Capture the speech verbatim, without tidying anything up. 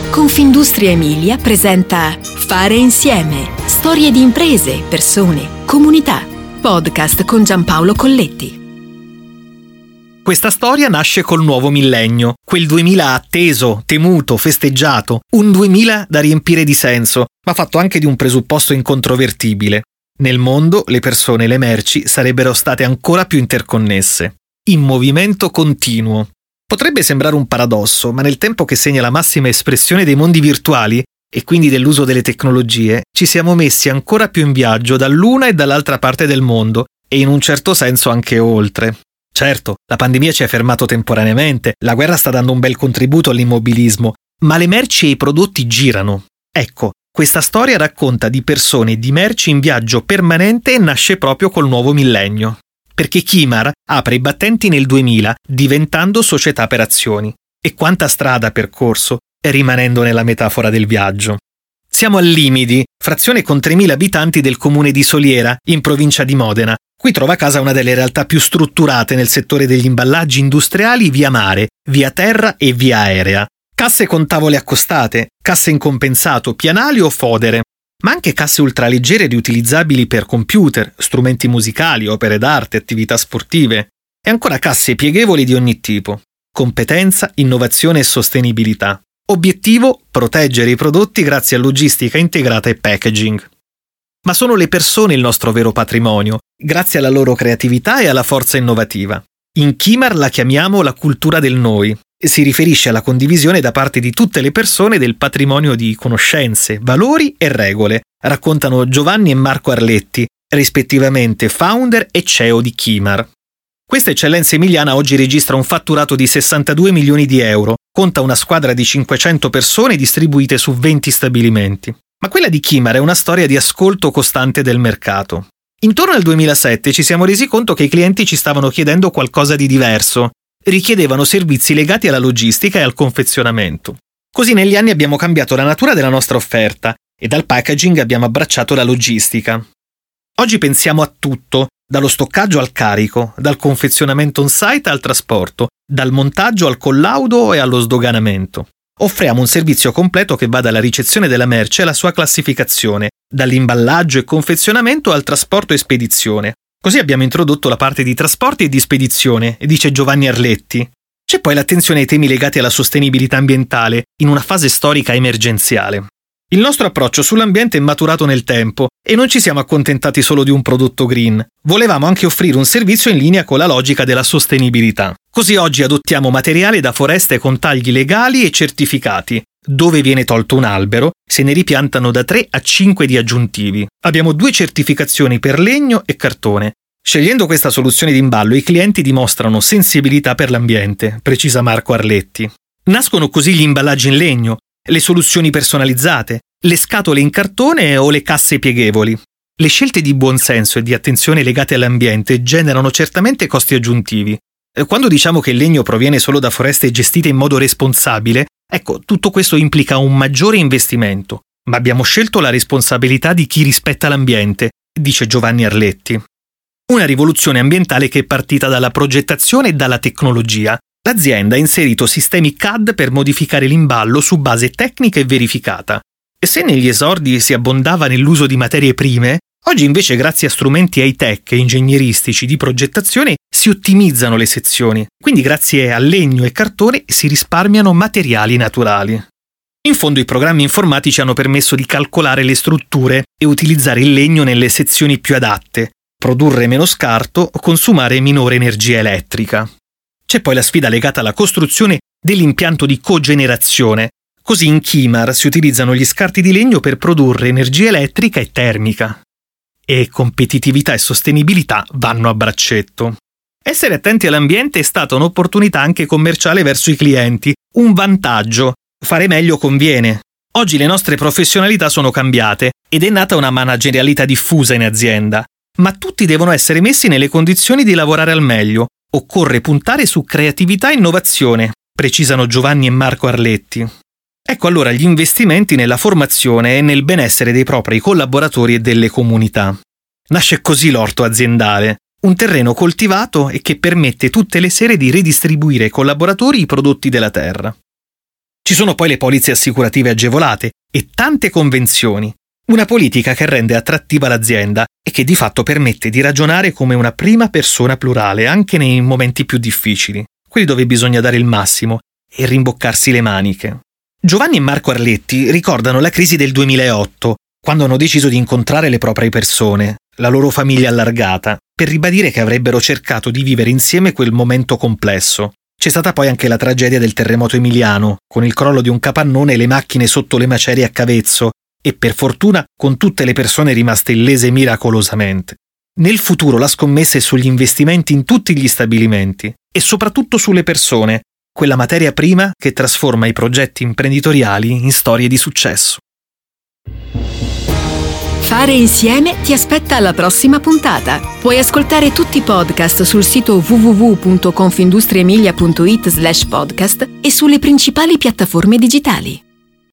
Confindustria Emilia presenta Fare insieme. Storie di imprese, persone, comunità. Podcast con Giampaolo Colletti. Questa storia nasce col nuovo millennio, quel duemila atteso, temuto, festeggiato, un duemila da riempire di senso, ma fatto anche di un presupposto incontrovertibile. Nel mondo le persone e le merci sarebbero state ancora più interconnesse, in movimento continuo. Potrebbe sembrare un paradosso, ma nel tempo che segna la massima espressione dei mondi virtuali, e quindi dell'uso delle tecnologie, ci siamo messi ancora più in viaggio dall'una e dall'altra parte del mondo, e in un certo senso anche oltre. Certo, la pandemia ci ha fermato temporaneamente, la guerra sta dando un bel contributo all'immobilismo, ma le merci e i prodotti girano. Ecco, questa storia racconta di persone e di merci in viaggio permanente e nasce proprio col nuovo millennio. Perché Kimar apre i battenti nel duemila, diventando società per azioni. E quanta strada percorso, rimanendo nella metafora del viaggio. Siamo a Limidi, frazione con tremila abitanti del comune di Soliera, in provincia di Modena. Qui trova casa una delle realtà più strutturate nel settore degli imballaggi industriali via mare, via terra e via aerea. Casse con tavole accostate, casse in compensato, pianali o fodere, ma anche casse ultraleggere riutilizzabili per computer, strumenti musicali, opere d'arte, attività sportive, e ancora casse pieghevoli di ogni tipo. Competenza, innovazione e sostenibilità. Obiettivo: proteggere i prodotti grazie a logistica integrata e packaging. Ma sono le persone il nostro vero patrimonio, grazie alla loro creatività e alla forza innovativa. In Kimar la chiamiamo la cultura del noi, e si riferisce alla condivisione da parte di tutte le persone del patrimonio di conoscenze, valori e regole, raccontano Giovanni e Marco Arletti, rispettivamente founder e C E O di Kimar. Questa eccellenza emiliana oggi registra un fatturato di sessantadue milioni di euro, conta una squadra di cinquecento persone distribuite su venti stabilimenti. Ma quella di Kimar è una storia di ascolto costante del mercato. Intorno al duemilasette ci siamo resi conto che i clienti ci stavano chiedendo qualcosa di diverso. Richiedevano servizi legati alla logistica e al confezionamento. Così negli anni abbiamo cambiato la natura della nostra offerta e dal packaging abbiamo abbracciato la logistica. Oggi pensiamo a tutto, dallo stoccaggio al carico, dal confezionamento on-site al trasporto, dal montaggio al collaudo e allo sdoganamento. Offriamo un servizio completo che va dalla ricezione della merce alla sua classificazione, dall'imballaggio e confezionamento al trasporto e spedizione. Così abbiamo introdotto la parte di trasporti e di spedizione, dice Giovanni Arletti. C'è poi l'attenzione ai temi legati alla sostenibilità ambientale, in una fase storica emergenziale. Il nostro approccio sull'ambiente è maturato nel tempo e non ci siamo accontentati solo di un prodotto green. Volevamo anche offrire un servizio in linea con la logica della sostenibilità. Così oggi adottiamo materiale da foreste con tagli legali e certificati. Dove viene tolto un albero, se ne ripiantano da tre a cinque di aggiuntivi. Abbiamo due certificazioni per legno e cartone. Scegliendo questa soluzione d'imballo, i clienti dimostrano sensibilità per l'ambiente, precisa Marco Arletti. Nascono così gli imballaggi in legno, le soluzioni personalizzate, le scatole in cartone o le casse pieghevoli. Le scelte di buonsenso e di attenzione legate all'ambiente generano certamente costi aggiuntivi. Quando diciamo che il legno proviene solo da foreste gestite in modo responsabile, ecco, tutto questo implica un maggiore investimento, ma abbiamo scelto la responsabilità di chi rispetta l'ambiente, dice Giovanni Arletti. Una rivoluzione ambientale che è partita dalla progettazione e dalla tecnologia. L'azienda ha inserito sistemi C A D per modificare l'imballo su base tecnica e verificata. E se negli esordi si abbondava nell'uso di materie prime, oggi invece grazie a strumenti high-tech e ingegneristici di progettazione si ottimizzano le sezioni, quindi grazie a legno e cartone si risparmiano materiali naturali. In fondo i programmi informatici hanno permesso di calcolare le strutture e utilizzare il legno nelle sezioni più adatte, produrre meno scarto o consumare minore energia elettrica. C'è poi la sfida legata alla costruzione dell'impianto di cogenerazione. Così in Kimar si utilizzano gli scarti di legno per produrre energia elettrica e termica. E competitività e sostenibilità vanno a braccetto. Essere attenti all'ambiente è stata un'opportunità anche commerciale verso i clienti, un vantaggio. Fare meglio conviene. Oggi le nostre professionalità sono cambiate ed è nata una managerialità diffusa in azienda, ma tutti devono essere messi nelle condizioni di lavorare al meglio. Occorre puntare su creatività e innovazione, precisano Giovanni e Marco Arletti. Ecco allora gli investimenti nella formazione e nel benessere dei propri collaboratori e delle comunità. Nasce così l'orto aziendale, un terreno coltivato e che permette tutte le sere di redistribuire ai collaboratori i prodotti della terra. Ci sono poi le polizze assicurative agevolate e tante convenzioni. Una politica che rende attrattiva l'azienda e che di fatto permette di ragionare come una prima persona plurale anche nei momenti più difficili, quelli dove bisogna dare il massimo e rimboccarsi le maniche. Giovanni e Marco Arletti ricordano la crisi del duemilaotto, quando hanno deciso di incontrare le proprie persone, la loro famiglia allargata, per ribadire che avrebbero cercato di vivere insieme quel momento complesso. C'è stata poi anche la tragedia del terremoto emiliano, con il crollo di un capannone e le macchine sotto le macerie a Cavezzo, e per fortuna con tutte le persone rimaste illese miracolosamente. Nel futuro la scommessa è sugli investimenti in tutti gli stabilimenti e soprattutto sulle persone, quella materia prima che trasforma i progetti imprenditoriali in storie di successo. Fare insieme ti aspetta alla prossima puntata. Puoi ascoltare tutti i podcast sul sito w w w punto confindustriemilia punto it slash podcast e sulle principali piattaforme digitali.